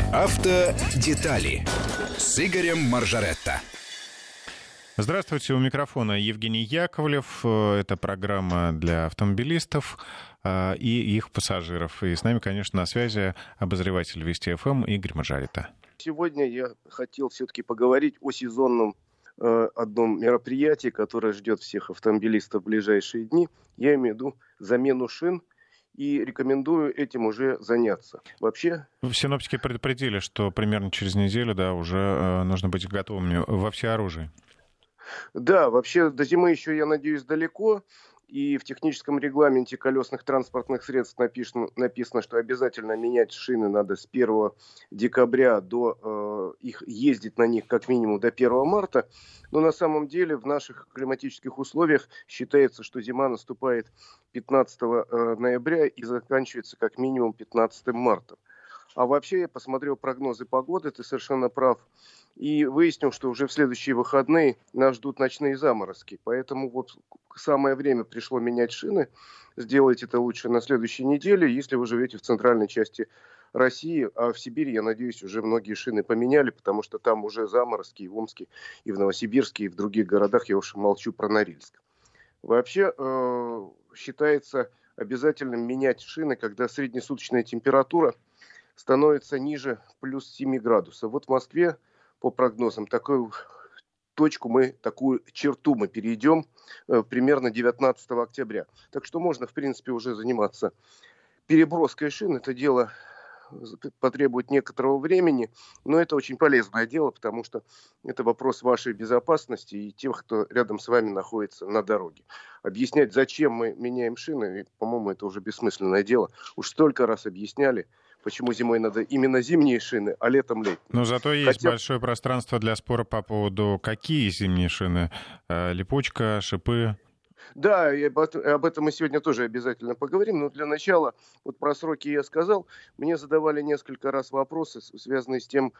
Автодетали с Игорем Маржаретто. Здравствуйте, у микрофона Евгений Яковлев. Это программа для автомобилистов и их пассажиров. И с нами, конечно, на связи обозреватель Вести ФМ Игорь Маржаретто. Сегодня я хотел все-таки поговорить о сезонном одном мероприятии, которое ждет всех автомобилистов в ближайшие дни. Я имею в виду замену шин. И рекомендую этим уже заняться. Вообще... Синоптики предупредили, что примерно через неделю, уже нужно быть готовыми во всеоружии. Да, вообще до зимы еще, я надеюсь, далеко. И в техническом регламенте колесных транспортных средств написано, что обязательно менять шины надо с 1 декабря до их ездить на них как минимум до 1 марта. Но на самом деле в наших климатических условиях считается, что зима наступает 15 ноября и заканчивается как минимум 15 марта. А вообще я посмотрел прогнозы погоды, ты совершенно прав. И выяснил, что уже в следующие выходные нас ждут ночные заморозки. Поэтому вот самое время пришло менять шины. Сделайте это лучше на следующей неделе, если вы живете в центральной части России. А в Сибири, я надеюсь, уже многие шины поменяли, потому что там уже заморозки и в Омске, и в Новосибирске, и в других городах. Я уж молчу про Норильск. Вообще считается обязательным менять шины, когда среднесуточная температура становится ниже плюс 7 градусов. Вот в Москве, по прогнозам, такую черту мы перейдем примерно 19 октября. Так что можно, в принципе, уже заниматься переброской шин. Это дело потребует некоторого времени, но это очень полезное дело, потому что это вопрос вашей безопасности и тех, кто рядом с вами находится на дороге. Объяснять, зачем мы меняем шины, по-моему, это уже бессмысленное дело. Уж столько раз объясняли, почему зимой надо именно зимние шины, а летом летние. Но зато есть большое пространство для спора по поводу, какие зимние шины. Липучка, шипы. Да, и об этом мы сегодня тоже обязательно поговорим. Но для начала, вот про сроки я сказал. Мне задавали несколько раз вопросы, связанные с тем,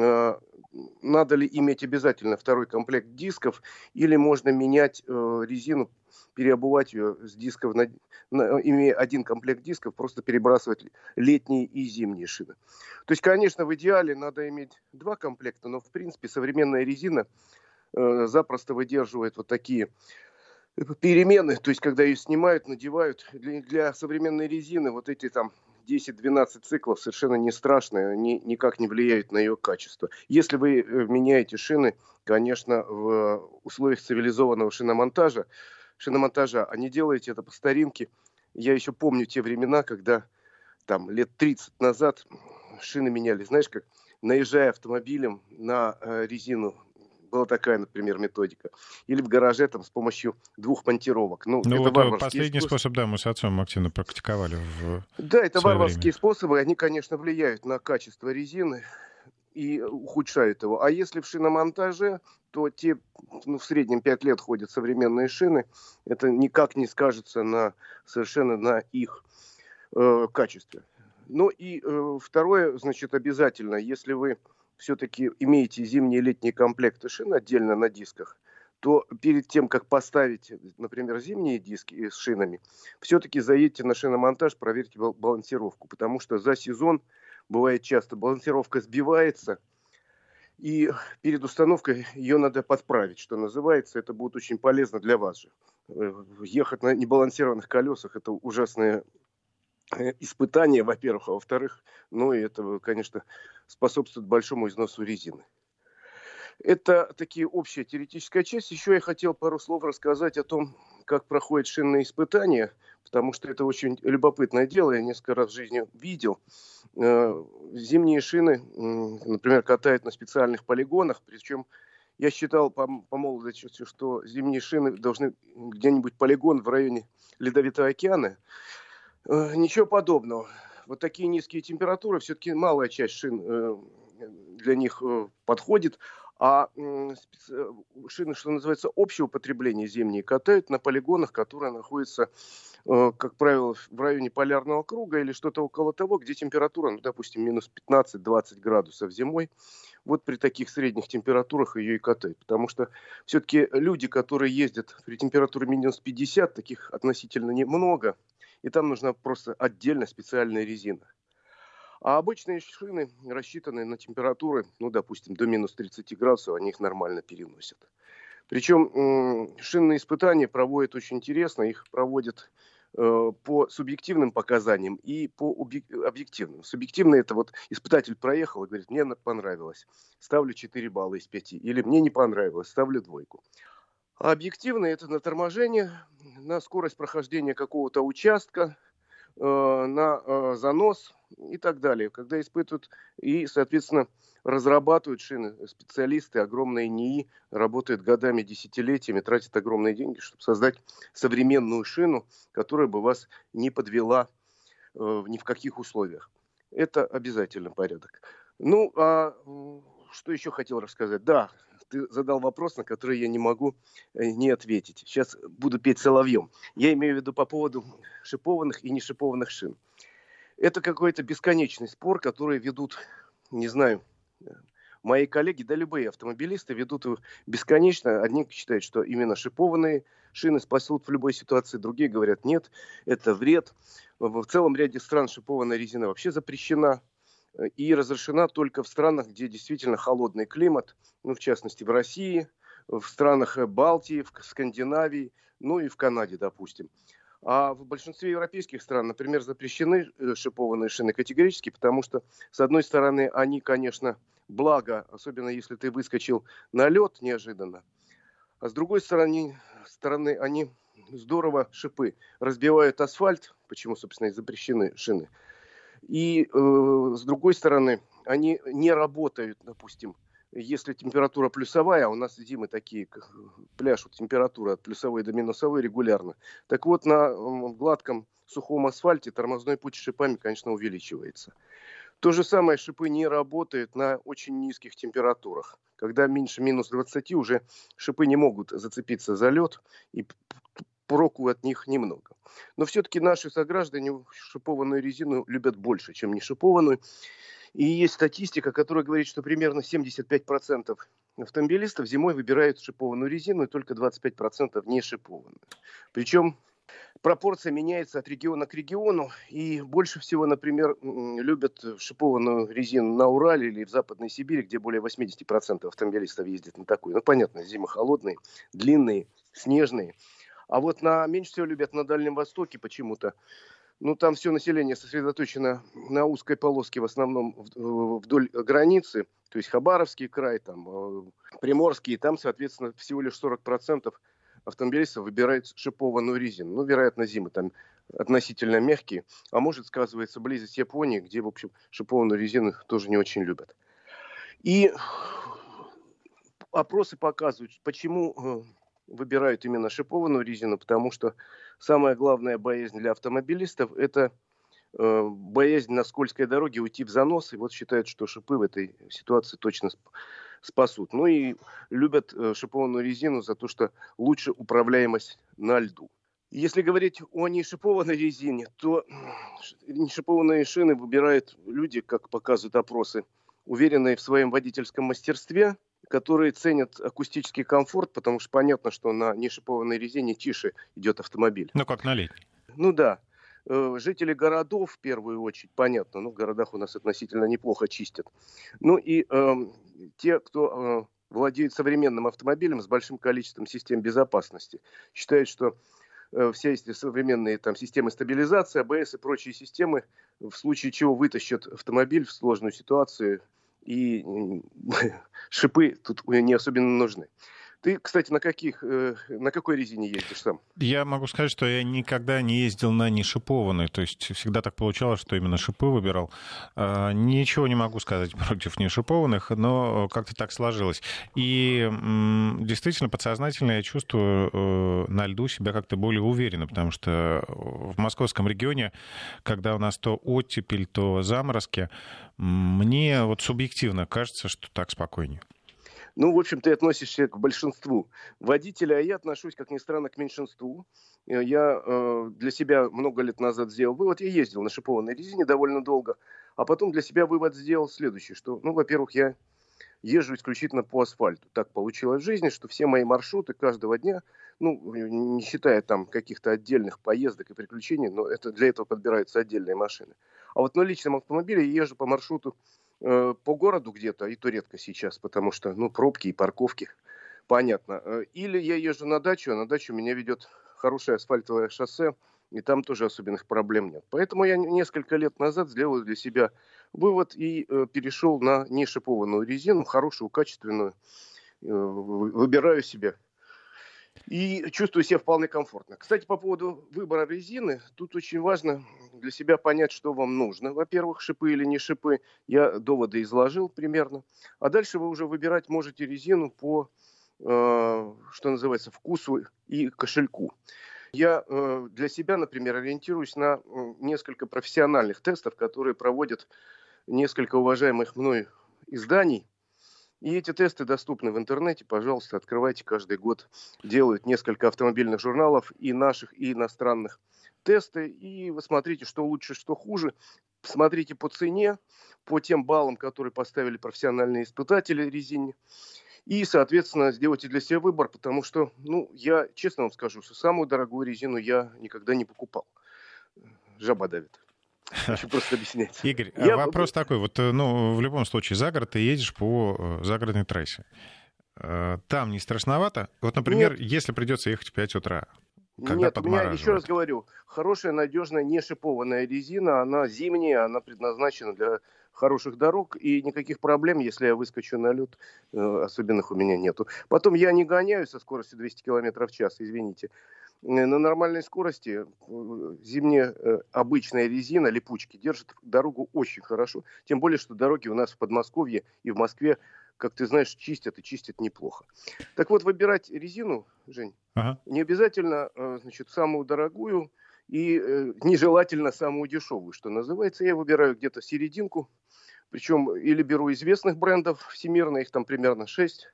надо ли иметь обязательно второй комплект дисков, или можно менять резину, переобувать ее с дисков, имея один комплект дисков, просто перебрасывать летние и зимние шины. То есть, конечно, в идеале надо иметь два комплекта, но, в принципе, современная резина запросто выдерживает вот такие перемены, то есть когда ее снимают, надевают. Для современной резины вот эти там 10-12 циклов совершенно не страшно, они никак не влияют на ее качество. Если вы меняете шины, конечно, в условиях цивилизованного шиномонтажа, а не делаете это по старинке. Я еще помню те времена, когда там лет 30 назад шины меняли, знаешь, как наезжая автомобилем на резину. Была такая, например, методика. Или в гараже там с помощью 2 монтировок. Ну это вот последний способ, да, мы с отцом активно практиковали Да, это варварские время. способы, они, конечно, влияют на качество резины и ухудшают его. А если в шиномонтаже, то те, в среднем 5 лет ходят современные шины, это никак не скажется совершенно на их качестве. Ну и второе, значит, обязательно, если вы все-таки имеете зимние и летние комплекты шин отдельно на дисках, то перед тем, как поставить, например, зимние диски с шинами, все-таки заедьте на шиномонтаж, проверьте балансировку, потому что за сезон бывает часто балансировка сбивается, и перед установкой ее надо подправить, что называется. Это будет очень полезно для вас же. Ехать на небалансированных колесах – это ужасное испытание, во-первых, а во-вторых, и это, конечно, способствует большому износу резины. Это такие общая теоретическая часть. Еще я хотел пару слов рассказать о том, как проходят шинные испытания, потому что это очень любопытное дело, я несколько раз в жизни видел. Зимние шины, например, катают на специальных полигонах, причем я считал по молодости, что зимние шины должны где-нибудь полигон в районе Ледовитого океана. Ничего подобного. Вот такие низкие температуры, все-таки малая часть шин для них подходит, а шины, что называется, общего потребления зимние, катают на полигонах, которые находятся, как правило, в районе полярного круга или что-то около того, где температура, допустим, минус 15-20 градусов зимой. Вот при таких средних температурах ее и катают. Потому что все-таки люди, которые ездят при температуре минус 50, таких относительно немного, и там нужна просто отдельно специальная резина. А обычные шины рассчитаны на температуры, ну, допустим, до минус 30 градусов, они их нормально переносят. Причем шинные испытания проводят очень интересно, их проводят по субъективным показаниям и по объективным. Субъективно это вот испытатель проехал и говорит, мне понравилось, ставлю 4 балла из 5, или мне не понравилось, ставлю 2. А объективно это на торможение, на скорость прохождения какого-то участка, на занос и так далее. Когда испытывают и, соответственно, разрабатывают шины специалисты, огромные НИИ, работают годами, десятилетиями, тратят огромные деньги, чтобы создать современную шину, которая бы вас не подвела ни в каких условиях. Это обязательно порядок. Ну, а что еще хотел рассказать? Да, ты задал вопрос, на который я не могу не ответить. Сейчас буду петь соловьем. Я имею в виду по поводу шипованных и не шипованных шин. Это какой-то бесконечный спор, который ведут, не знаю, мои коллеги, да любые автомобилисты ведут его бесконечно. Одни считают, что именно шипованные шины спасут в любой ситуации, другие говорят, нет, это вред. В целом ряде стран шипованная резина вообще запрещена и разрешена только в странах, где действительно холодный климат, ну, в частности, в России, в странах Балтии, в Скандинавии, ну и в Канаде, допустим. А в большинстве европейских стран, например, запрещены шипованные шины категорически, потому что, с одной стороны, они, конечно, благо, особенно если ты выскочил на лед неожиданно, а с другой стороны они здорово шипы разбивают асфальт, почему, собственно, и запрещены шины. И с другой стороны, они не работают, допустим, если температура плюсовая, а у нас зимы такие, пляшут температура от плюсовой до минусовой регулярно. Так вот, на гладком сухом асфальте тормозной путь с шипами, конечно, увеличивается. То же самое, шипы не работают на очень низких температурах. Когда меньше минус 20, уже шипы не могут зацепиться за лед, и проку от них немного. Но все-таки наши сограждане шипованную резину любят больше, чем не шипованную. И есть статистика, которая говорит, что примерно 75% автомобилистов зимой выбирают шипованную резину, и только 25% не шипованную. Причем пропорция меняется от региона к региону. И больше всего, например, любят шипованную резину на Урале или в Западной Сибири, где более 80% автомобилистов ездят на такую. Ну, понятно, зимы холодные, длинные, снежные. А вот меньше всего любят на Дальнем Востоке почему-то. Ну, там все население сосредоточено на узкой полоске, в основном вдоль границы, то есть Хабаровский край, там, Приморский, там, соответственно, всего лишь 40% автомобилистов выбирают шипованную резину. Ну, вероятно, зимы там относительно мягкие, а может, сказывается близость Японии, где, в общем, шипованную резину тоже не очень любят. И опросы показывают, почему выбирают именно шипованную резину, потому что самая главная боязнь для автомобилистов – это боязнь на скользкой дороге уйти в занос. И вот считают, что шипы в этой ситуации точно спасут. Ну и любят шипованную резину за то, что лучше управляемость на льду. Если говорить о нешипованной резине, то нешипованные шины выбирают люди, как показывают опросы, уверенные в своем водительском мастерстве, которые ценят акустический комфорт, потому что понятно, что на нешипованной резине тише идет автомобиль. Ну, как на летней. Ну да. Жители городов, в первую очередь, понятно, в городах у нас относительно неплохо чистят. Ну и те, кто владеет современным автомобилем с большим количеством систем безопасности, считают, что все эти современные системы стабилизации, АБС и прочие системы, в случае чего вытащат автомобиль в сложную ситуацию, и шипы тут не особенно нужны. Ты, кстати, на какой резине ездишь сам? Я могу сказать, что я никогда не ездил на нешипованной, то есть всегда так получалось, что именно шипы выбирал. Ничего не могу сказать против нешипованных, но как-то так сложилось. И действительно, подсознательно я чувствую на льду себя как-то более уверенно, потому что в московском регионе, когда у нас то оттепель, то заморозки, мне вот субъективно кажется, что так спокойнее. Ну, в общем, ты относишься к большинству водителей, а я отношусь, как ни странно, к меньшинству. Я для себя много лет назад сделал вывод. Я ездил на шипованной резине довольно долго, а потом для себя вывод сделал следующий, что, во-первых, я езжу исключительно по асфальту. Так получилось в жизни, что все мои маршруты каждого дня, не считая там каких-то отдельных поездок и приключений, но для этого подбираются отдельные машины. А вот на личном автомобиле я езжу по маршруту по городу где-то, и то редко сейчас, потому что, пробки и парковки, понятно. Или я езжу на дачу, а на дачу меня ведет хорошее асфальтовое шоссе, и там тоже особенных проблем нет. Поэтому я несколько лет назад сделал для себя вывод и перешел на нешипованную резину, хорошую, качественную, выбираю себе. И чувствую себя вполне комфортно. Кстати, по поводу выбора резины, тут очень важно для себя понять, что вам нужно. Во-первых, шипы или не шипы. Я доводы изложил примерно. А дальше вы уже выбирать можете резину по, что называется, вкусу и кошельку. Я для себя, например, ориентируюсь на несколько профессиональных тестов, которые проводят несколько уважаемых мной изданий. И эти тесты доступны в интернете. Пожалуйста, открывайте каждый год. Делают несколько автомобильных журналов, и наших, и иностранных, тесты. И вы смотрите, что лучше, что хуже. Смотрите по цене, по тем баллам, которые поставили профессиональные испытатели резине. И, соответственно, сделайте для себя выбор, потому что, я честно вам скажу, что самую дорогую резину я никогда не покупал. Жаба давит. Хочу просто объяснять. Игорь, вопрос такой. Вот, в любом случае, за город ты едешь по загородной трассе. Там не страшновато? Вот, например, если придется ехать в 5 утра, когда Нет, у меня, еще раз говорю, хорошая, надежная, не шипованная резина, она зимняя, она предназначена для хороших дорог, и никаких проблем, если я выскочу на лед, особенных у меня нету. Потом я не гоняю со скоростью 200 км в час, извините. На нормальной скорости зимняя обычная резина, липучки, держит дорогу очень хорошо. Тем более, что дороги у нас в Подмосковье и в Москве, как ты знаешь, чистят и чистят неплохо. Так вот, выбирать резину, Жень, не обязательно, самую дорогую и нежелательно самую дешевую, что называется. Я выбираю где-то серединку, причем или беру известных брендов всемирно, их там примерно 6.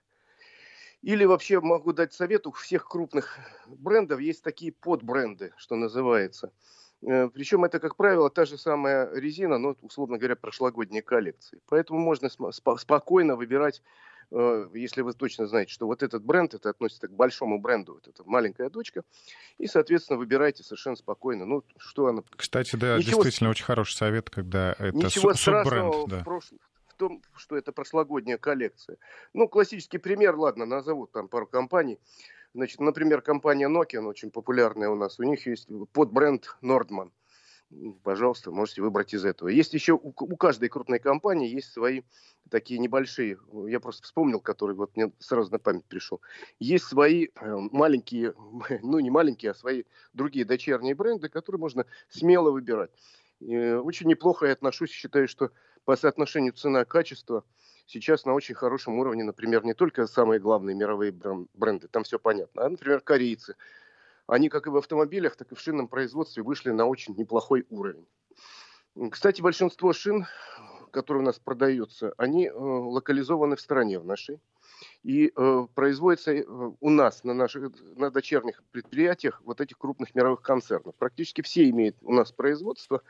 Или вообще могу дать совет, у всех крупных брендов есть такие подбренды, что называется. Причем это, как правило, та же самая резина, но, условно говоря, прошлогодней коллекции. Поэтому можно спокойно выбирать, если вы точно знаете, что вот этот бренд, это относится к большому бренду, вот это маленькая дочка, и, соответственно, выбирайте совершенно спокойно. Что она... Кстати, да, действительно очень хороший совет, когда это ничего суббренд. Страшного в том, что это прошлогодняя коллекция. Классический пример, ладно, назову там пару компаний. Например, компания Nokia, очень популярная у нас, у них есть подбренд Nordman. Пожалуйста, можете выбрать из этого. Есть еще у каждой крупной компании есть свои такие небольшие, я просто вспомнил, который вот мне сразу на память пришел. Есть свои маленькие, не маленькие, а свои другие дочерние бренды, которые можно смело выбирать. Очень неплохо я отношусь, считаю, что по соотношению цена-качество сейчас на очень хорошем уровне, например, не только самые главные мировые бренды, там все понятно, а, например, корейцы. Они как и в автомобилях, так и в шинном производстве вышли на очень неплохой уровень. Кстати, большинство шин, которые у нас продаются, они локализованы в стране в нашей. И производятся у нас на дочерних предприятиях вот этих крупных мировых концернов. Практически все имеют у нас производство.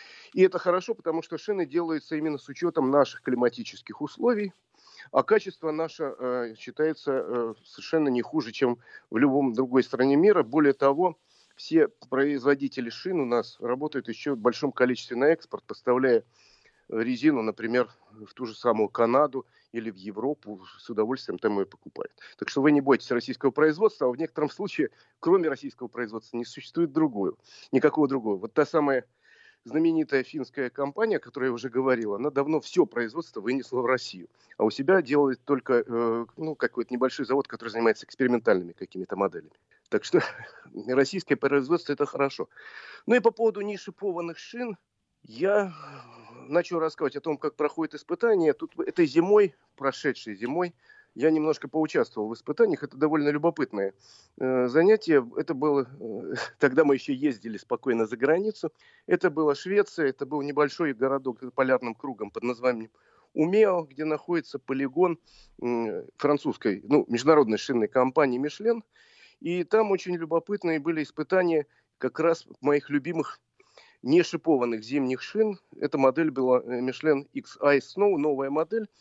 И это хорошо, потому что шины делаются именно с учетом наших климатических условий. А качество наше считается совершенно не хуже, чем в любом другой стране мира. Более того, все производители шин у нас работают еще в большом количестве на экспорт, поставляя резину, например, в ту же самую Канаду или в Европу, с удовольствием там ее покупают. Так что вы не бойтесь российского производства, а в некотором случае, кроме российского производства, не существует никакого другого. Вот та самая знаменитая финская компания, о которой я уже говорил, она давно все производство вынесла в Россию. А у себя делает только какой-то небольшой завод, который занимается экспериментальными какими-то моделями. Так что российское производство – это хорошо. И по поводу нешипованных шин я начал рассказывать о том, как проходит испытание. Тут этой зимой, прошедшей зимой, я немножко поучаствовал в испытаниях. Это довольно любопытное занятие. Это было... Тогда мы еще ездили спокойно за границу. Это была Швеция. Это был небольшой городок с полярным кругом под названием Умео, где находится полигон французской, международной шинной компании «Мишлен». И там очень любопытные были испытания как раз моих любимых нешипованных зимних шин. Эта модель была Michelin X Ice Snow, новая модель.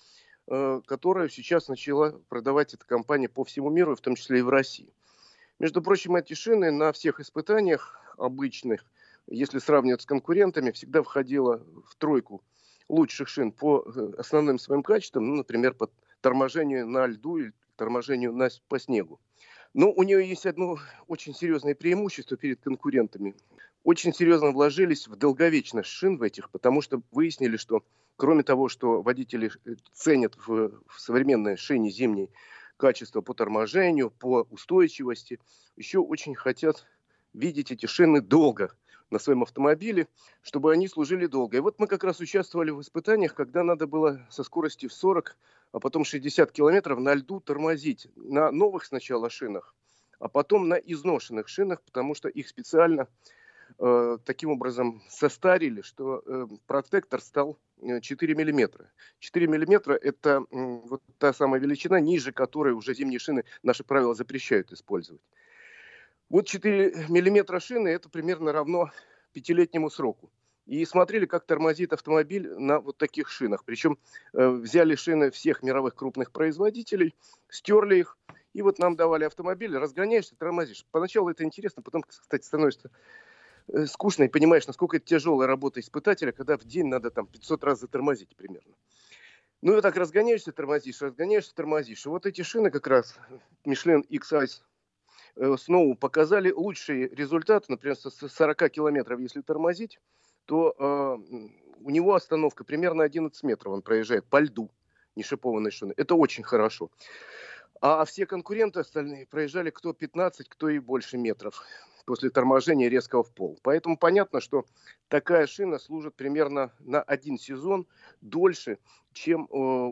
которую сейчас начала продавать эта компания по всему миру, в том числе и в России. Между прочим, эти шины на всех испытаниях обычных, если сравнивать с конкурентами, всегда входила в тройку лучших шин по основным своим качествам, например, по торможению на льду или торможению по снегу. Но у нее есть одно очень серьезное преимущество перед конкурентами. Очень серьезно вложились в долговечность шин в этих, потому что выяснили, что кроме того, что водители ценят в современной шине зимней качество по торможению, по устойчивости, еще очень хотят видеть эти шины долго на своем автомобиле, чтобы они служили долго. И вот мы как раз участвовали в испытаниях, когда надо было со скоростью в 40, а потом 60 километров на льду тормозить. На новых сначала шинах, а потом на изношенных шинах, потому что их специально таким образом состарили, что протектор стал 4 миллиметра. 4 миллиметра – это вот та самая величина, ниже которой уже зимние шины наши правила запрещают использовать. Вот 4 миллиметра шины – это примерно равно 5-летнему сроку. И смотрели, как тормозит автомобиль на вот таких шинах. Причем взяли шины всех мировых крупных производителей, стерли их, и вот нам давали автомобиль, разгоняешься, тормозишь. Поначалу это интересно, потом, кстати, становится скучно, и понимаешь, насколько это тяжелая работа испытателя, когда в день надо там 500 раз затормозить примерно. Ну и вот так разгоняешься, тормозишь. И вот эти шины как раз, Michelin X-Ice Snow, показали лучшие результаты. Например, со 40 километров, если тормозить, то у него остановка примерно 11 метров. Он проезжает по льду, не шипованной шины. Это очень хорошо. А все конкуренты остальные проезжали кто 15, кто и больше метров после торможения резкого в пол. Поэтому понятно, что такая шина служит примерно на один сезон дольше, чем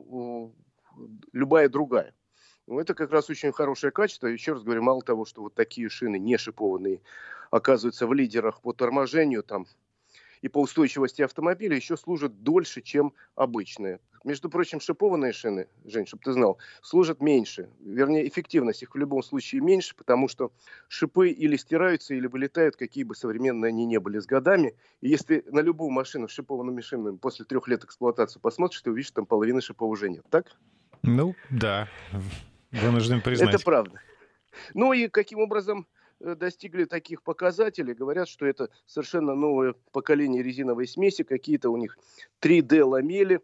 любая другая. Это как раз очень хорошее качество. Еще раз говорю, мало того, что вот такие шины не шипованные оказываются в лидерах по торможению там, и по устойчивости автомобиля, еще служат дольше, чем обычные. Между прочим, шипованные шины, Жень, чтобы ты знал, служат меньше. Вернее, эффективность их в любом случае меньше, потому что шипы или стираются, или вылетают, какие бы современные они не были с годами. И если на любую машину с шипованными шинами после 3 лет эксплуатации посмотришь, ты увидишь, там половины шипов уже нет. Так? Ну, да. Вынужден признать. Это правда. Ну и каким образом достигли таких показателей? Говорят, что это совершенно новое поколение резиновой смеси. Какие-то у них 3D-ламели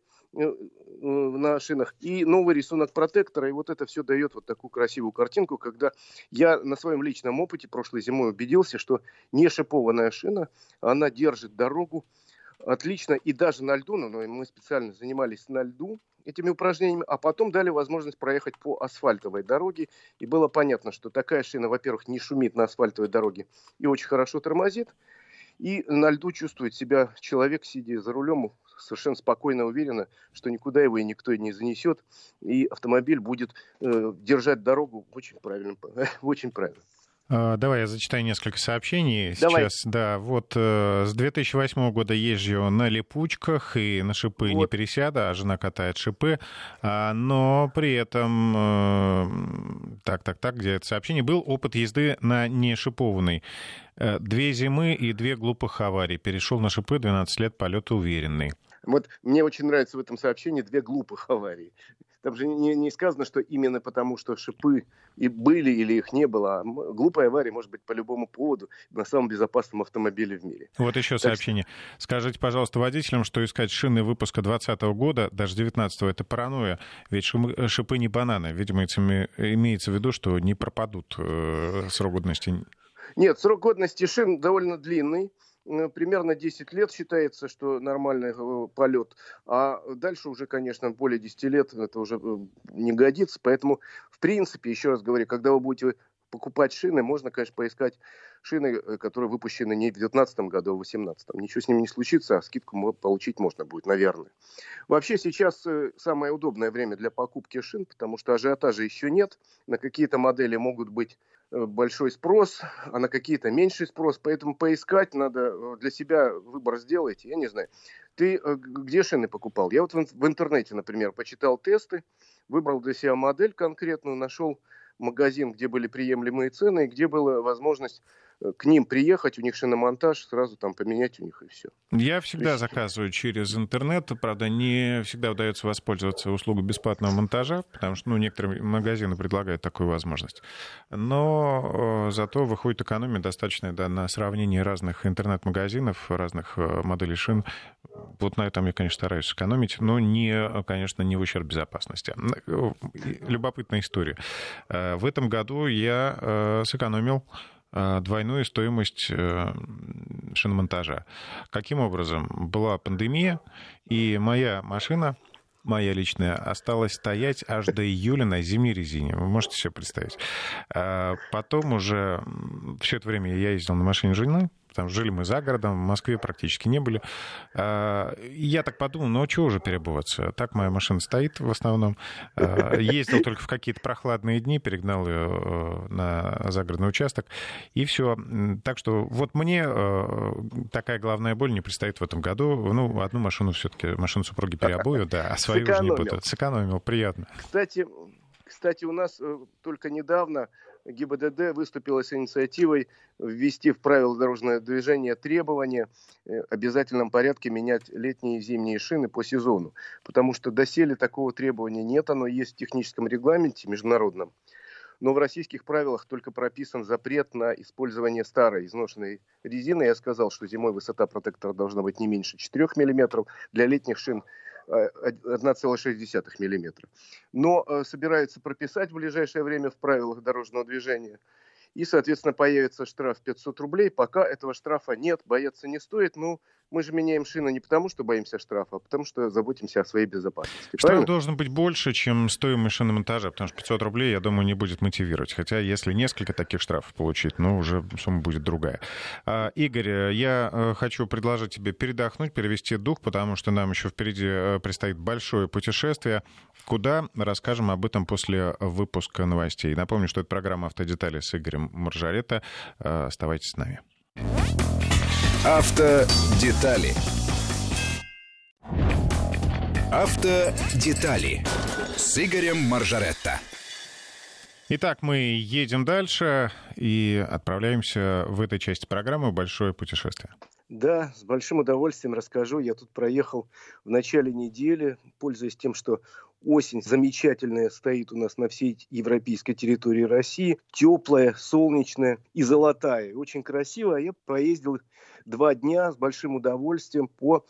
на шинах и новый рисунок протектора. И вот это все дает вот такую красивую картинку, когда я на своем личном опыте прошлой зимой убедился, что не шипованная шина, она держит дорогу отлично. И даже на льду, но мы специально занимались на льду этими упражнениями, а потом дали возможность проехать по асфальтовой дороге. И было понятно, что такая шина, во-первых, не шумит на асфальтовой дороге и очень хорошо тормозит. И на льду чувствует себя человек, сидя за рулем, совершенно спокойно и уверенно, что никуда его и никто не занесет. И автомобиль будет держать дорогу очень правильно. Очень правильно. Давай я зачитаю несколько сообщений Давай. сейчас. Да, вот с 2008 года езжу на липучках и на шипы не пересяду, а жена катает шипы. Но при этом, где это сообщение, был опыт езды на нешипованной. 2 зимы и 2 глупых аварии. Перешел на шипы, 12 лет полета уверенный. Вот мне очень нравится в этом сообщении 2 глупых аварии. Там же не сказано, что именно потому, что шипы и были или их не было. А глупая авария может быть по любому поводу на самом безопасном автомобиле в мире. Вот еще сообщение. Скажите, пожалуйста, водителям, что искать шины выпуска 2020 года, даже 19-го, это паранойя. Ведь шипы не бананы. Видимо, имеется в виду, что не пропадут срок годности. Нет, срок годности шин довольно длинный. Примерно 10 лет считается, что нормальный полет. А дальше уже, конечно, более 10 лет это уже не годится. Поэтому, в принципе, еще раз говорю, когда вы будете покупать шины, можно, конечно, поискать шины, которые выпущены не в 2019 году, а в 2018. Ничего с ними не случится, а скидку получить можно будет, наверное. Вообще сейчас самое удобное время для покупки шин, потому что ажиотажа еще нет. На какие-то модели могут быть большой спрос, а на какие-то меньший спрос. Поэтому поискать надо, для себя выбор сделать. Я не знаю. Ты где шины покупал? Я вот в интернете, например, почитал тесты, выбрал для себя модель конкретную, нашел магазин, где были приемлемые цены, и где была возможность к ним приехать, у них шиномонтаж, сразу там поменять у них и все. Я всегда заказываю через интернет, правда, не всегда удается воспользоваться услугой бесплатного монтажа, потому что некоторые магазины предлагают такую возможность. Но зато выходит экономия достаточная, да, на сравнении разных интернет-магазинов, разных моделей шин. Вот на этом я, конечно, стараюсь сэкономить, но, конечно, не в ущерб безопасности. Любопытная история. В этом году я сэкономил двойную стоимость шиномонтажа. Каким образом? Была пандемия, и моя машина, моя личная, осталась стоять аж до июля на зимней резине. Вы можете себе представить? Потом уже все это время я ездил на машине жены, там жили мы за городом, в Москве практически не были. Я так подумал, ну, чего уже переобуваться? Так моя машина стоит в основном. Ездил только в какие-то прохладные дни, перегнал ее на загородный участок, и все. Так что вот мне такая головная боль не предстоит в этом году. Ну, одну машину все-таки, машину супруги переобую, да, а свою уже не буду. Сэкономил, приятно. Кстати, у нас только недавно ГИБДД выступила с инициативой ввести в правила дорожного движения требования в обязательном порядке менять летние и зимние шины по сезону. Потому что доселе такого требования нет, оно есть в техническом регламенте международном. Но в российских правилах только прописан запрет на использование старой изношенной резины. Я сказал, что зимой высота протектора должна быть не меньше 4 мм, для летних шин 1,6 мм. Но собираются прописать в ближайшее время в правилах дорожного движения. И, соответственно, появится штраф 500 рублей. Пока этого штрафа нет, бояться не стоит. Ну, мы же меняем шины не потому, что боимся штрафа, а потому что заботимся о своей безопасности. Штраф правильно? должен быть больше, чем стоимость шиномонтажа, потому что 500 рублей, я думаю, не будет мотивировать. Хотя, если несколько таких штрафов получить, ну, уже сумма будет другая. Игорь, я хочу предложить тебе передохнуть, перевести дух, потому что нам еще впереди предстоит большое путешествие. Куда? Расскажем об этом после выпуска новостей. Напомню, что это программа «Автодетали» с Игорем Маржаретто. Оставайтесь с нами. Автодетали. Автодетали с Игорем Маржаретто. Итак, мы едем дальше и отправляемся в этой части программы в большое путешествие. Да, с большим удовольствием расскажу. Я тут проехал в начале недели, пользуясь тем, что осень замечательная стоит у нас на всей европейской территории России. Теплая, солнечная и золотая. Очень красиво. Я проездил 2 дня с большим удовольствием по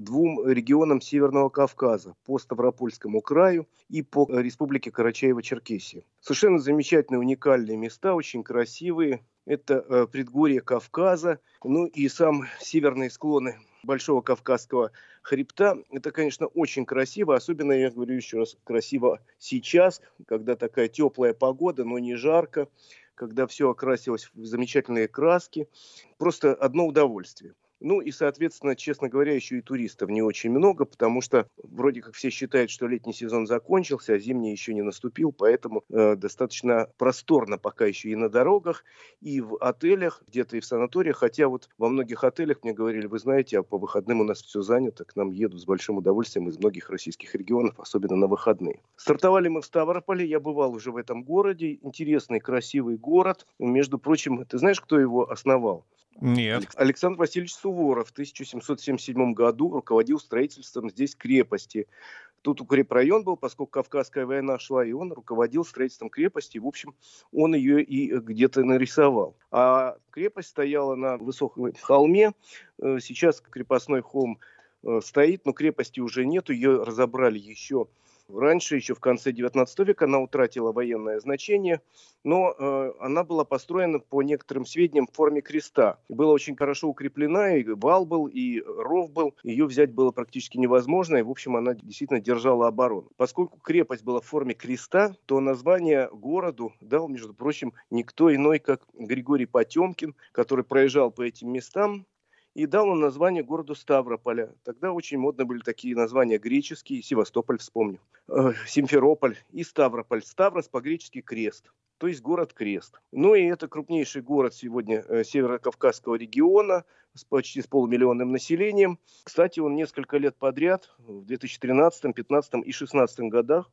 2 регионам Северного Кавказа. По Ставропольскому краю и по республике Карачаево-Черкесия. Совершенно замечательные, уникальные места, очень красивые. Это предгорье Кавказа, ну и сам северные склоны Большого Кавказского хребта. Это, конечно, очень красиво, особенно, я говорю еще раз, красиво сейчас, когда такая теплая погода, но не жарко, когда все окрасилось в замечательные краски. Просто одно удовольствие. Ну и, соответственно, честно говоря, еще и туристов не очень много, потому что вроде как все считают, что летний сезон закончился, а зимний еще не наступил, поэтому достаточно просторно пока еще и на дорогах, и в отелях, где-то и в санаториях, хотя вот во многих отелях мне говорили, вы знаете, а по выходным у нас все занято, к нам едут с большим удовольствием из многих российских регионов, особенно на выходные. Стартовали мы в Ставрополе, я бывал уже в этом городе, интересный, красивый город, между прочим, ты знаешь, кто его основал? Нет. Александр Васильевич Суворов в 1777 году руководил строительством здесь крепости. Тут укрепрайон был, поскольку Кавказская война шла, и он руководил строительством крепости. В общем, он ее и где-то нарисовал. А крепость стояла на высоком холме. Сейчас крепостной холм стоит, но крепости уже нету. Ее разобрали еще раньше, еще в конце 19 века, она утратила военное значение, но она была построена, по некоторым сведениям, в форме креста. Была очень хорошо укреплена, и вал был, и ров был. Ее взять было практически невозможно, и, в общем, она действительно держала оборону. Поскольку крепость была в форме креста, то название городу дал, между прочим, никто иной, как Григорий Потемкин, который проезжал по этим местам, и дал он название городу Ставрополя. Тогда очень модно были такие названия греческие, Севастополь, вспомню, Симферополь и Ставрополь. Ставрос по-гречески крест, то есть город-крест. Ну и это крупнейший город сегодня Северо-Кавказского региона, почти с полумиллионным населением. Кстати, он несколько лет подряд, в 2013, 2015 и 2016 годах,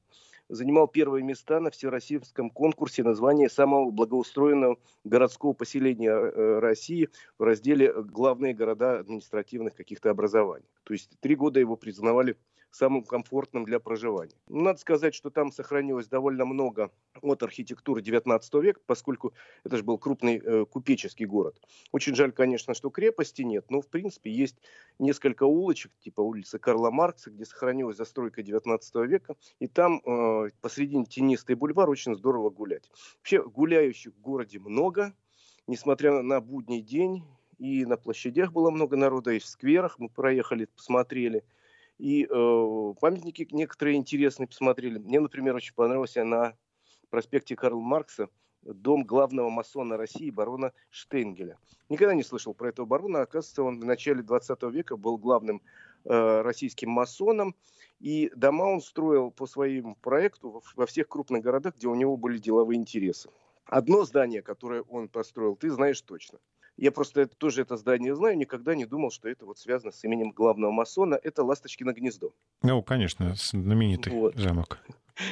занимал первые места на всероссийском конкурсе на звание самого благоустроенного городского поселения России в разделе «Главные города административных каких-то образований». То есть 3 года его признавали самым комфортным для проживания. Надо сказать, что там сохранилось довольно много от архитектуры 19 века, поскольку это же был крупный купеческий город. Очень жаль, конечно, что крепости нет, но в принципе есть несколько улочек, типа улицы Карла Маркса, где сохранилась застройка 19 века, и там посредине тенистый бульвар, очень здорово гулять. Вообще гуляющих в городе много, несмотря на будний день, и на площадях было много народа, и в скверах мы проехали, посмотрели. И памятники некоторые интересные посмотрели. Мне, например, очень понравился на проспекте Карла Маркса дом главного масона России барона Штейнгеля. Никогда не слышал про этого барона. Оказывается, он в начале 20 века был главным российским масоном. И дома он строил по своему проекту во всех крупных городах, где у него были деловые интересы. Одно здание, которое он построил, ты знаешь точно. Я просто тоже это здание знаю, никогда не думал, что это вот связано с именем главного масона. Это Ласточкино гнездо. Ну, конечно, знаменитый замок.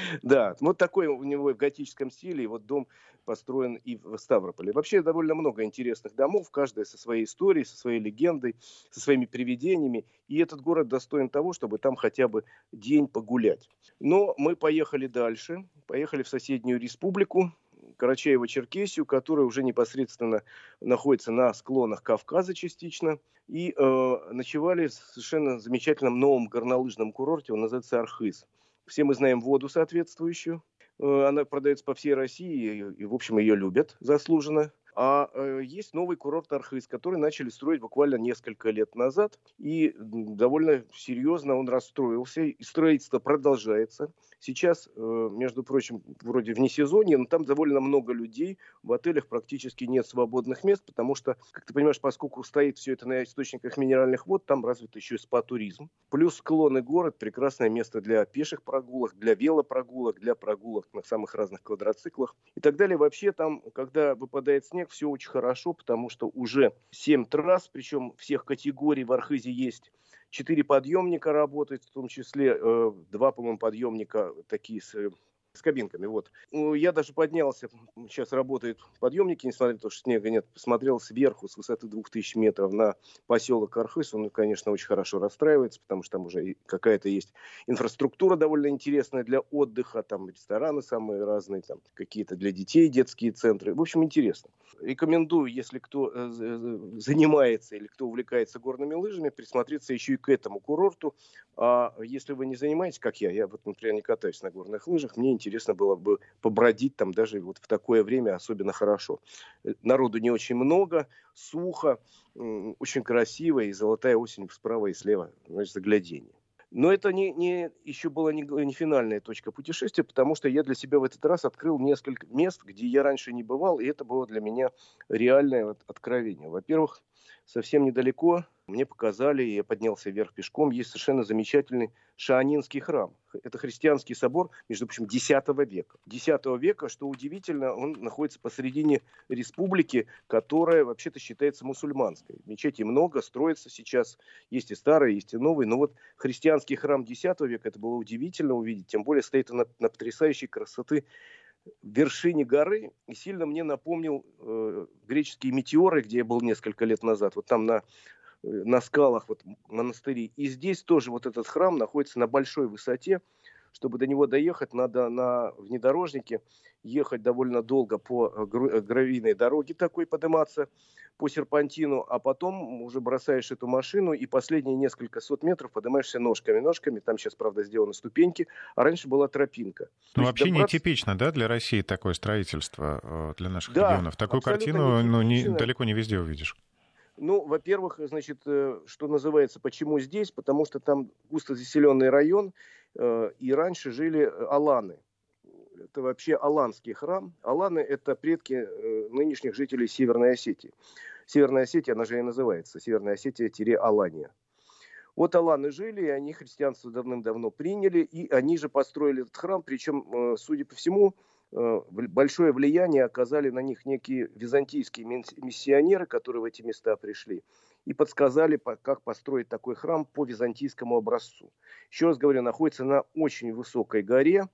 Да, вот такой у него в готическом стиле. И вот дом построен и в Ставрополе. Вообще довольно много интересных домов, каждая со своей историей, со своей легендой, со своими привидениями. И этот город достоин того, чтобы там хотя бы день погулять. Но мы поехали дальше, поехали в соседнюю республику, Карачаево-Черкесию, которая уже непосредственно находится на склонах Кавказа частично. И ночевали в совершенно замечательном новом горнолыжном курорте, он называется Архыз. Все мы знаем воду соответствующую. Она продается по всей России, и в общем, ее любят заслуженно. А есть новый курорт Архыз, который начали строить буквально несколько лет назад. И довольно серьезно он расстроился. И строительство продолжается. Сейчас, между прочим, вроде вне сезонье, но там довольно много людей. В отелях практически нет свободных мест, потому что, как ты понимаешь, поскольку стоит все это на источниках минеральных вод, там развит еще и спа-туризм. Плюс склонный город, прекрасное место для пеших прогулок, для велопрогулок, для прогулок на самых разных квадроциклах и так далее. Вообще там, когда выпадает снег, все очень хорошо, потому что уже 7 трасс, причем всех категорий в Архызе есть. 4 подъемника работают, в том числе 2, по-моему, подъемника такие с кабинками. Вот. Я даже поднялся, сейчас работают подъемники, несмотря на то, что снега нет, посмотрел сверху с высоты 2000 метров на поселок Архыз. Он, конечно, очень хорошо расстраивается, потому что там уже какая-то есть инфраструктура довольно интересная для отдыха, там рестораны самые разные, там какие-то для детей детские центры. В общем, интересно. Рекомендую, если кто занимается или кто увлекается горными лыжами, присмотреться еще и к этому курорту. А если вы не занимаетесь, как я вот, например, не катаюсь на горных лыжах, мне интересно было бы побродить там даже вот в такое время особенно хорошо. Народу не очень много, сухо, очень красиво, и золотая осень справа и слева, значит, загляденье. Но это еще была не финальная точка путешествия, потому что я для себя в этот раз открыл несколько мест, где я раньше не бывал, и это было для меня реальное откровение. Во-первых, совсем недалеко мне показали, и я поднялся вверх пешком, есть совершенно замечательный Шаанинский храм. Это христианский собор, между прочим, X века. X века, что удивительно, он находится посередине республики, которая вообще-то считается мусульманской. Мечетей много, строится сейчас, есть и старые, есть и новые. Но вот христианский храм X века, это было удивительно увидеть. Тем более стоит он на потрясающей красоты вершине горы, и сильно мне напомнил греческие метеоры, где я был несколько лет назад. Вот там на скалах вот монастыри. И здесь тоже вот этот храм находится на большой высоте. Чтобы до него доехать, надо на внедорожнике ехать довольно долго по гравийной дороге такой, подниматься по серпантину, а потом уже бросаешь эту машину и последние несколько сот метров поднимаешься ножками. Там сейчас, правда, сделаны ступеньки, а раньше была тропинка. Ну, вообще нетипично, да, для России такое строительство, для наших регионов? Такую картину далеко не везде увидишь. Ну, во-первых, значит, что называется, почему здесь? Потому что там густо заселенный район, и раньше жили аланы. Это вообще аланский храм. Аланы – это предки нынешних жителей Северной Осетии. Северная Осетия, она же и называется, Северная Осетия-Алания. Вот аланы жили, и они христианство давным-давно приняли, и они же построили этот храм, причем, судя по всему, большое влияние оказали на них некие византийские миссионеры, которые в эти места пришли, и подсказали, как построить такой храм по византийскому образцу. Еще раз говорю, находится на очень высокой горе,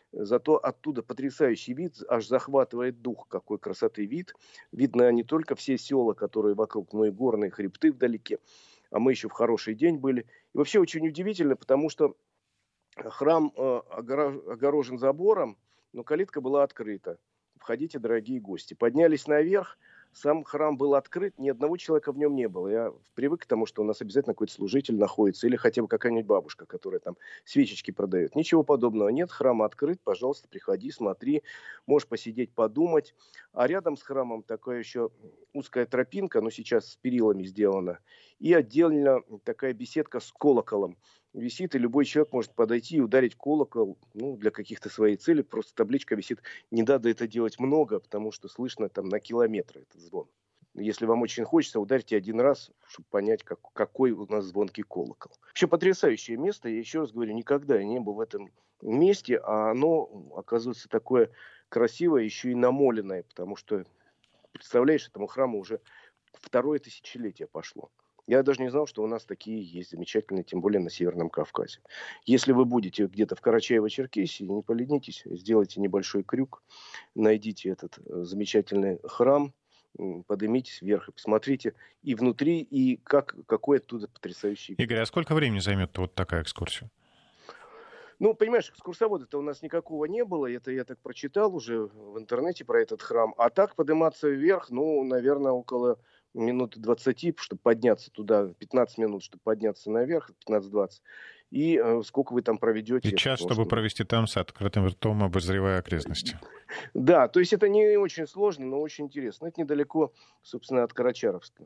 Зато оттуда потрясающий вид, аж захватывает дух, какой красоты вид. Видно не только все села, которые вокруг, но и горные хребты вдалеке. А мы еще в хороший день были. И вообще очень удивительно, потому что храм огорожен забором, но калитка была открыта. Входите, дорогие гости. Поднялись наверх. Сам храм был открыт, ни одного человека в нем не было. Я привык к тому, что у нас обязательно какой-то служитель находится, или хотя бы какая-нибудь бабушка, которая там свечечки продает. Ничего подобного нет, храм открыт, пожалуйста, приходи, смотри, можешь посидеть, подумать. А рядом с храмом такая еще узкая тропинка, но сейчас с перилами сделана, и отдельно такая беседка с колоколом висит, и любой человек может подойти и ударить колокол, для каких-то своей цели. Просто табличка висит. Не надо это делать много, потому что слышно там на километры этот звон. Если вам очень хочется, ударьте один раз, чтобы понять, какой у нас звонкий колокол. Вообще потрясающее место. Я еще раз говорю, никогда я не был в этом месте, а оно, оказывается, такое красивое, еще и намоленное, потому что, представляешь, этому храму уже второе тысячелетие пошло. Я даже не знал, что у нас такие есть замечательные, тем более на Северном Кавказе. Если вы будете где-то в Карачаево-Черкесии, не поленитесь, сделайте небольшой крюк, найдите этот замечательный храм, поднимитесь вверх и посмотрите и внутри, и какой оттуда потрясающий вид. Игорь, а сколько времени займет вот такая экскурсия? Понимаешь, экскурсовода-то у нас никакого не было. Это я так прочитал уже в интернете про этот храм. А так подниматься вверх, наверное, около минут 20, чтобы подняться туда, 15 минут, чтобы подняться наверх, 15-20. И сколько вы там проведете? И час, чтобы провести там с открытым ртом, обозревая окрестности. Да, то есть это не очень сложно, но очень интересно. Это недалеко, собственно, от Карачаевска,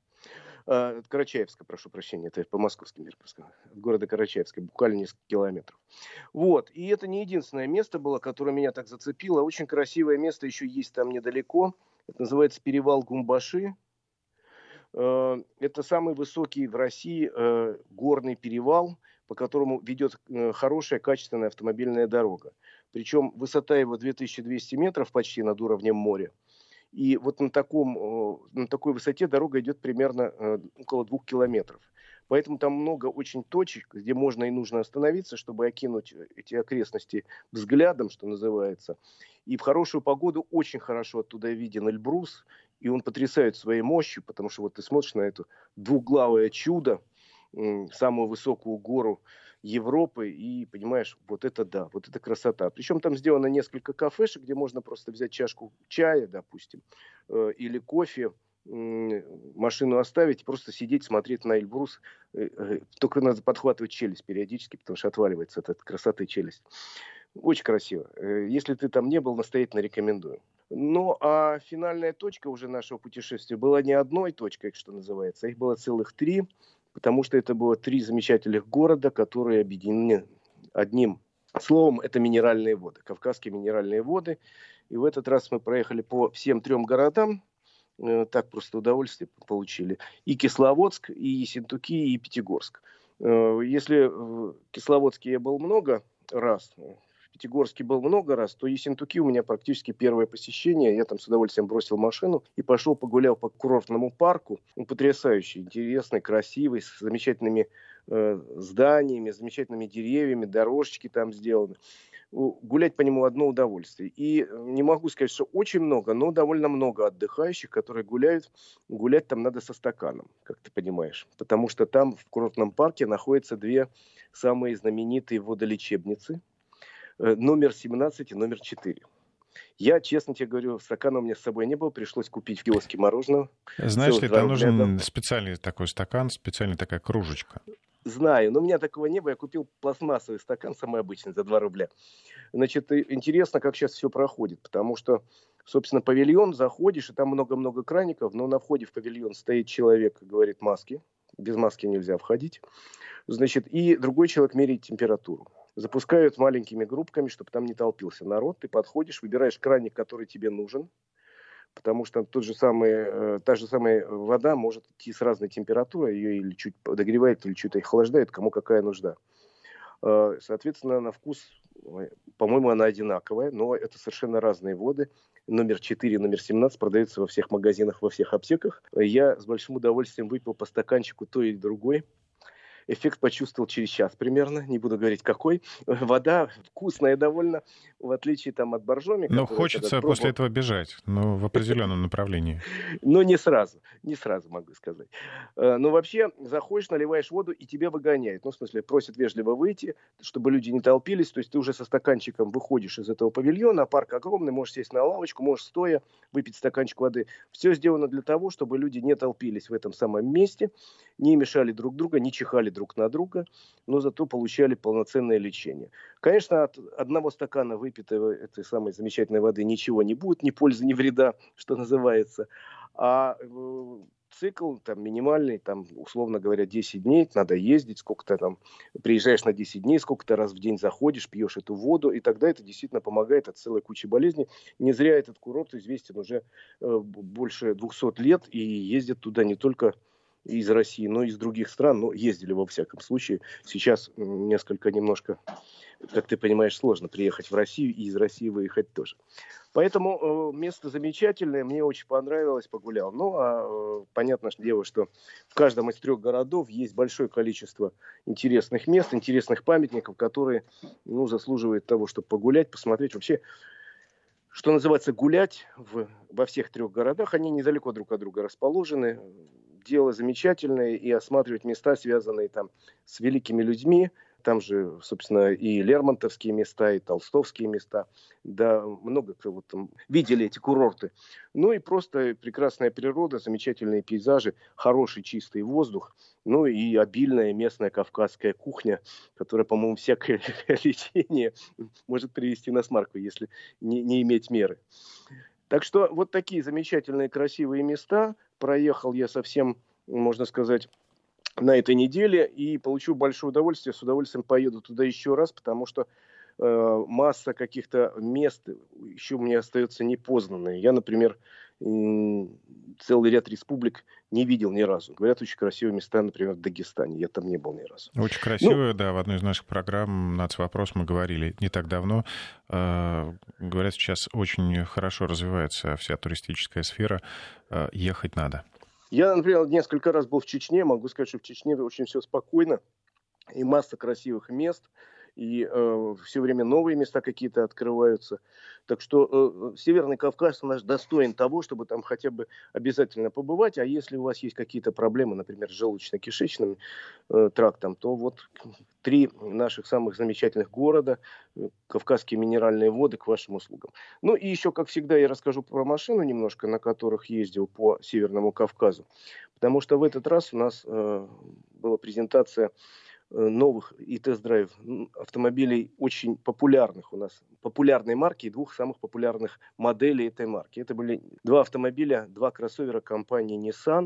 прошу прощения, это по-московски мир, от города Карачаевска, буквально несколько километров. Вот, и это не единственное место было, которое меня так зацепило. Очень красивое место еще есть там недалеко. Это называется перевал Гумбаши. Это самый высокий в России горный перевал, по которому ведет хорошая, качественная автомобильная дорога. Причем высота его 2200 метров почти над уровнем моря. И вот на такой высоте дорога идет примерно около 2 километров. Поэтому там много очень точек, где можно и нужно остановиться, чтобы окинуть эти окрестности взглядом, что называется. И в хорошую погоду очень хорошо оттуда виден Эльбрус. И он потрясает своей мощью, потому что вот ты смотришь на это двуглавое чудо, самую высокую гору Европы, и понимаешь, вот это да, вот это красота. Причем там сделано несколько кафешек, где можно просто взять чашку чая, допустим, или кофе, машину оставить, просто сидеть, смотреть на Эльбрус. Только надо подхватывать челюсть периодически, потому что отваливается от красоты челюсть. Очень красиво. Если ты там не был, настоятельно рекомендую. А финальная точка уже нашего путешествия была не одной точкой, что называется, их было целых 3, потому что это было 3 замечательных города, которые объединены одним словом, это минеральные воды, Кавказские минеральные воды. И в этот раз мы проехали по всем 3 городам, так просто удовольствие получили. И Кисловодск, и Ессентуки, и Пятигорск. Если в Кисловодске я был много раз, в Пятигорске был много раз, то Ессентуки у меня практически первое посещение. Я там с удовольствием бросил машину и пошел погулял по курортному парку. Он потрясающий, интересный, красивый, с замечательными зданиями, замечательными деревьями, дорожечки там сделаны. Гулять по нему одно удовольствие. И не могу сказать, что очень много, но довольно много отдыхающих, которые гуляют. Гулять там надо со стаканом, как ты понимаешь. Потому что там в курортном парке находятся 2 самые знаменитые водолечебницы. Номер 17 и номер 4. Я, честно тебе говорю, стакана у меня с собой не было, пришлось купить в киоске мороженого. Знаешь ли, там нужен специальный такой стакан, специальная такая кружечка. Знаю, но у меня такого не было. Я купил пластмассовый стакан, самый обычный, за 2 рубля. Значит, интересно, как сейчас все проходит, потому что, собственно, павильон, заходишь, и там много-много краников, но на входе в павильон стоит человек, говорит, маски. Без маски нельзя входить. Значит, и другой человек меряет температуру. Запускают маленькими группками, чтобы там не толпился народ. Ты подходишь, выбираешь краник, который тебе нужен, потому что та же самая вода может идти с разной температурой, ее или чуть подогревает, или чуть охлаждает, кому какая нужда. Соответственно, на вкус, по-моему, она одинаковая, но это совершенно разные воды. Номер 4, номер 17 продаются во всех магазинах, во всех аптеках. Я с большим удовольствием выпил по стаканчику той и другой. эффект почувствовал через час примерно, не буду говорить какой. Вода вкусная довольно, в отличие там от боржоми. Но хочется после этого бежать, но в определенном направлении. Но не сразу могу сказать. Но вообще заходишь, наливаешь воду, и тебя выгоняют. Ну, в смысле, просят вежливо выйти, чтобы люди не толпились. То есть ты уже со стаканчиком выходишь из этого павильона, а парк огромный, можешь сесть на лавочку, можешь стоя выпить стаканчик воды. Все сделано для того, чтобы люди не толпились в этом самом месте, не мешали друг другу, не чихали друг на друга, но зато получали полноценное лечение. Конечно, от одного стакана выпитой этой самой замечательной воды ничего не будет, ни пользы, ни вреда, что называется. А цикл там минимальный, там, условно говоря, 10 дней, надо ездить, сколько-то там, приезжаешь на 10 дней, сколько-то раз в день заходишь, пьешь эту воду, и тогда это действительно помогает от целой кучи болезней. Не зря этот курорт известен уже больше 200 лет, и ездят туда не только из России, но и из других стран, но ездили во всяком случае. Сейчас немножко, как ты понимаешь, сложно приехать в Россию и из России выехать тоже. Поэтому место замечательное, мне очень понравилось, погулял. Ну, понятно дело, что в каждом из 3 городов есть большое количество интересных мест, интересных памятников, которые заслуживают того, чтобы погулять, посмотреть. Вообще, что называется, гулять во всех 3 городах, они недалеко друг от друга расположены. Дело замечательное, и осматривать места, связанные там с великими людьми. Там же, собственно, и лермонтовские места, и толстовские места. Да, много кто вот там видели эти курорты. Ну и просто прекрасная природа, замечательные пейзажи, хороший чистый воздух. Ну и обильная местная кавказская кухня, которая, по-моему, всякое лечение может привести на смарку, если не иметь меры. Так что вот такие замечательные, красивые места. Проехал я совсем, можно сказать, на этой неделе и получу большое удовольствие. С удовольствием поеду туда еще раз, потому что масса каких-то мест еще у меня остается непознанные. Я, например, целый ряд республик не видел ни разу. Говорят, очень красивые места, например, в Дагестане. Я там не был ни разу. Очень красивые, да. В одной из наших программ «Нацвопрос» мы говорили не так давно. Говорят, сейчас очень хорошо развивается вся туристическая сфера. Ехать надо. Я, например, несколько раз был в Чечне. Могу сказать, что в Чечне очень все спокойно. И масса красивых мест. И все время новые места какие-то открываются. Так что Северный Кавказ наш достоин того, чтобы там хотя бы обязательно побывать. А если у вас есть какие-то проблемы, например, с желудочно-кишечным трактом, то вот 3 наших самых замечательных города, Кавказские минеральные воды, к вашим услугам. Ну и еще, как всегда, я расскажу про машину немножко, на которых ездил по Северному Кавказу. Потому что в этот раз у нас была презентация новых и тест-драйв автомобилей очень популярных у нас, популярной марки и 2 самых популярных моделей этой марки. Это были 2 автомобиля, 2 кроссовера компании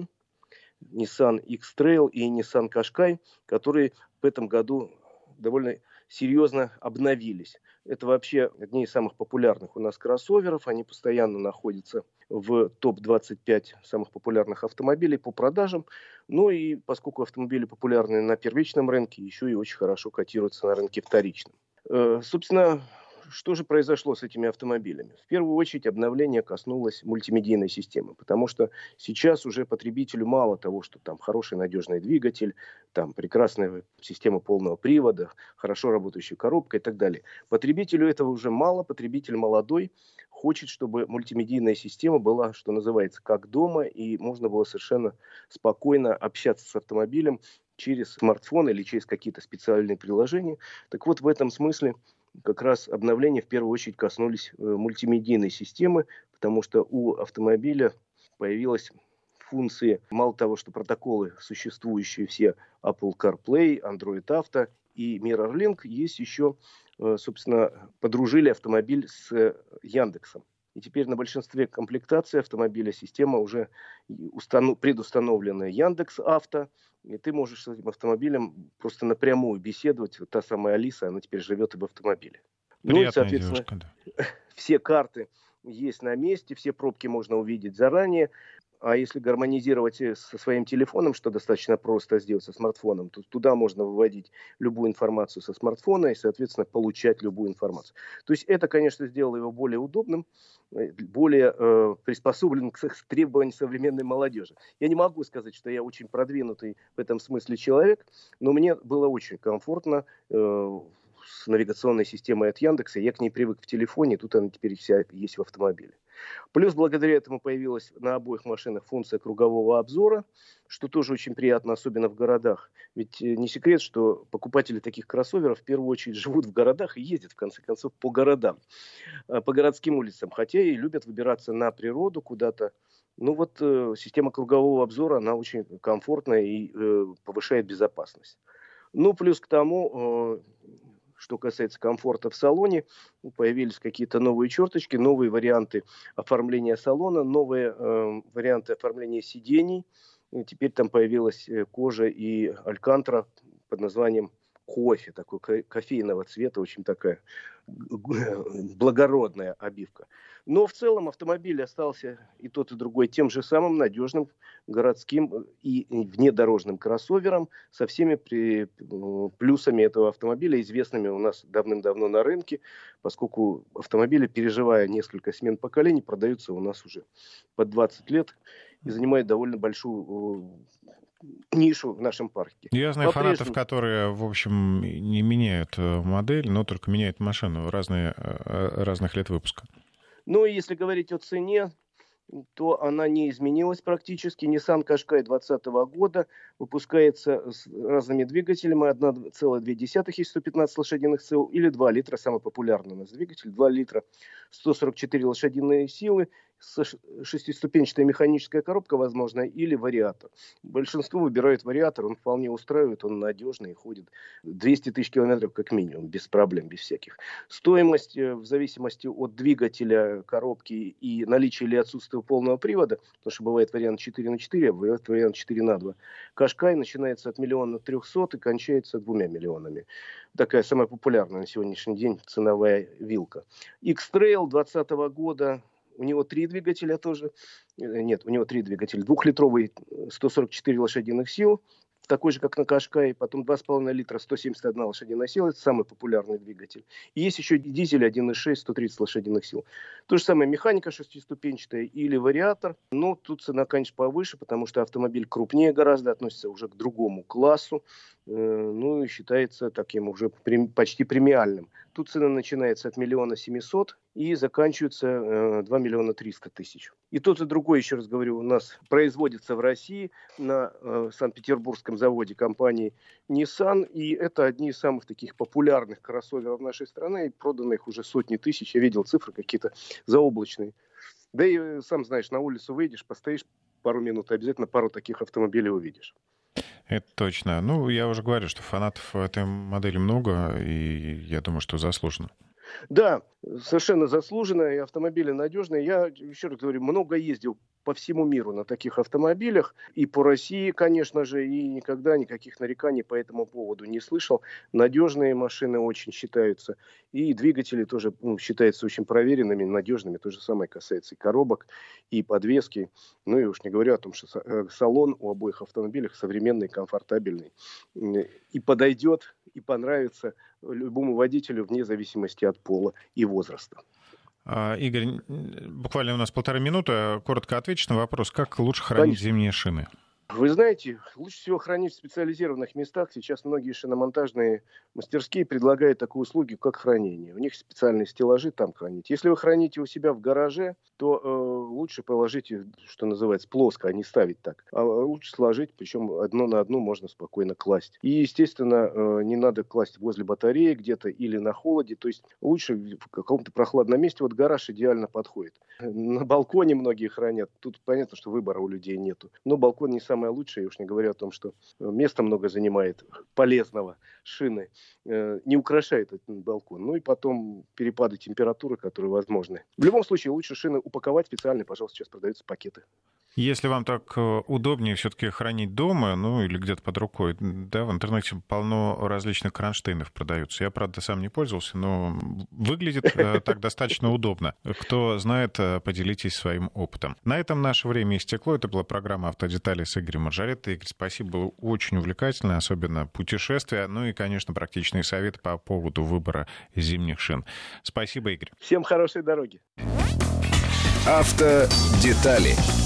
Nissan X-Trail и Nissan Qashqai, которые в этом году довольно серьезно обновились. Это вообще одни из самых популярных у нас кроссоверов. Они постоянно находятся в топ-25 самых популярных автомобилей по продажам. Ну и поскольку автомобили популярны на первичном рынке, еще и очень хорошо котируются на рынке вторичном. Собственно, что же произошло с этими автомобилями? В первую очередь обновление коснулось мультимедийной системы, потому что сейчас уже потребителю мало того, что там хороший надежный двигатель, там прекрасная система полного привода, хорошо работающая коробка и так далее. Потребителю этого уже мало, потребитель молодой хочет, чтобы мультимедийная система была, что называется, как дома, и можно было совершенно спокойно общаться с автомобилем через смартфон или через какие-то специальные приложения. Так вот, в этом смысле как раз обновления в первую очередь коснулись мультимедийной системы, потому что у автомобиля появилась функции, мало того, что протоколы, существующие все Apple CarPlay, Android Auto и MirrorLink, есть еще, собственно, подружили автомобиль с Яндексом. И теперь на большинстве комплектаций автомобиля система уже предустановлена Яндекс.Авто, и ты можешь с этим автомобилем просто напрямую беседовать. Вот та самая Алиса, она теперь живет и в автомобиле. Приятная ну и, соответственно, девушка, да. Все карты есть на месте, все пробки можно увидеть заранее. А если гармонизировать со своим телефоном, что достаточно просто сделать со смартфоном, то туда можно выводить любую информацию со смартфона и, соответственно, получать любую информацию. То есть это, конечно, сделало его более удобным, более приспособленным к требованиям современной молодежи. Я не могу сказать, что я очень продвинутый в этом смысле человек, но мне было очень комфортно с навигационной системой от Яндекса. Я к ней привык в телефоне, тут она теперь вся есть в автомобиле. Плюс благодаря этому появилась на обоих машинах функция кругового обзора, что тоже очень приятно, особенно в городах. Ведь не секрет, что покупатели таких кроссоверов в первую очередь живут в городах и ездят, в конце концов, по городам, по городским улицам, хотя и любят выбираться на природу куда-то. Ну вот система кругового обзора, она очень комфортная и повышает безопасность. Ну, плюс к тому, что касается комфорта в салоне, появились какие-то новые черточки, новые варианты оформления салона, новые варианты оформления сидений. И теперь там появилась кожа и алькантра под названием кофе, такой кофейного цвета, очень такая благородная обивка. Но в целом автомобиль остался и тот, и другой тем же самым надежным городским и внедорожным кроссовером со всеми плюсами этого автомобиля, известными у нас давным-давно на рынке, поскольку автомобили, переживая несколько смен поколений, продаются у нас уже под 20 лет и занимают довольно большую нишу в нашем парке. Я знаю фанатов, которые, в общем, не меняют модель, но только меняют машину разных лет выпуска. Ну, и если говорить о цене, то она не изменилась практически. Nissan Qashqai 2020 года выпускается с разными двигателями. 1,2 есть 115 лошадиных сил или 2 литра, самый популярный у нас двигатель, 2 литра, 144 лошадиные силы, шестиступенчатая механическая коробка, возможно, или вариатор. Большинство выбирают вариатор, он вполне устраивает, он надежный и ходит 200 тысяч километров как минимум, без проблем, без всяких. Стоимость в зависимости от двигателя, коробки и наличия или отсутствия полного привода, потому что бывает вариант 4/4, а бывает вариант 4/2. Qashqai начинается от 1 300 000 и кончается 2 миллионами. Такая самая популярная на сегодняшний день ценовая вилка. X-Trail 2020 года. У него 3 двигателя тоже. Нет, у него 3 двигателя. 2-литровый 144 лошадиных сил, такой же, как на Qashqai. Потом 2,5 литра 171 лошадиная сила. Это самый популярный двигатель. И есть еще дизель 1,6 130 лошадиных сил. То же самое механика шестиступенчатая или вариатор. Но тут цена, конечно, повыше, потому что автомобиль крупнее гораздо, относится уже к другому классу. Ну и считается таким уже почти премиальным. Тут цена начинается от 1 700 000 и заканчивается 2 300 000. И тот, и другой, еще раз говорю, у нас производится в России на Санкт-Петербургском заводе компании Nissan. И это одни из самых таких популярных кроссоверов нашей страны. И продано их уже сотни тысяч. Я видел цифры какие-то заоблачные. Да и сам знаешь, на улицу выйдешь, постоишь пару минут, обязательно пару таких автомобилей увидишь. Это точно. Ну, я уже говорю, что фанатов этой модели много, и я думаю, что заслуженно. Да, совершенно заслуженно, и автомобили надежные. Я, еще раз говорю, много ездил по всему миру на таких автомобилях, и по России, конечно же, и никогда никаких нареканий по этому поводу не слышал. Надежные машины очень считаются, и двигатели тоже считаются очень проверенными, надежными. То же самое касается и коробок, и подвески. Ну и уж не говорю о том, что салон у обоих автомобилей современный, комфортабельный, и подойдет, и понравится любому водителю вне зависимости от пола и возраста. Игорь, буквально у нас 1,5 минуты. Коротко ответишь на вопрос, как лучше хранить зимние шины? Вы знаете, лучше всего хранить в специализированных местах. Сейчас многие шиномонтажные мастерские предлагают такую услугу, как хранение. У них специальные стеллажи там хранить. Если вы храните у себя в гараже, то лучше положите, что называется, плоско, а не ставить так. А лучше сложить, причем одно на одно можно спокойно класть. И, естественно, не надо класть возле батареи где-то или на холоде. То есть лучше в каком-то прохладном месте. Вот гараж идеально подходит. На балконе многие хранят. Тут понятно, что выбора у людей нету. Но балкон не самое лучшее. Я уж не говорю о том, что места много занимает полезного шины. Не украшает этот балкон. Ну и потом перепады температуры, которые возможны. В любом случае лучше шины упаковать специально. Пожалуйста, сейчас продаются пакеты. Если вам так удобнее все-таки хранить дома, ну или где-то под рукой, да, в интернете полно различных кронштейнов продаются. Я, правда, сам не пользовался, но выглядит так достаточно удобно. Кто знает, поделитесь своим опытом. На этом наше время истекло. Это была программа «Автодетали» с Игорем Маржаретто. Игорь, спасибо, было очень увлекательно, особенно путешествия, ну и, конечно, практичные советы по поводу выбора зимних шин. Спасибо, Игорь. Всем хорошей дороги. «Автодетали»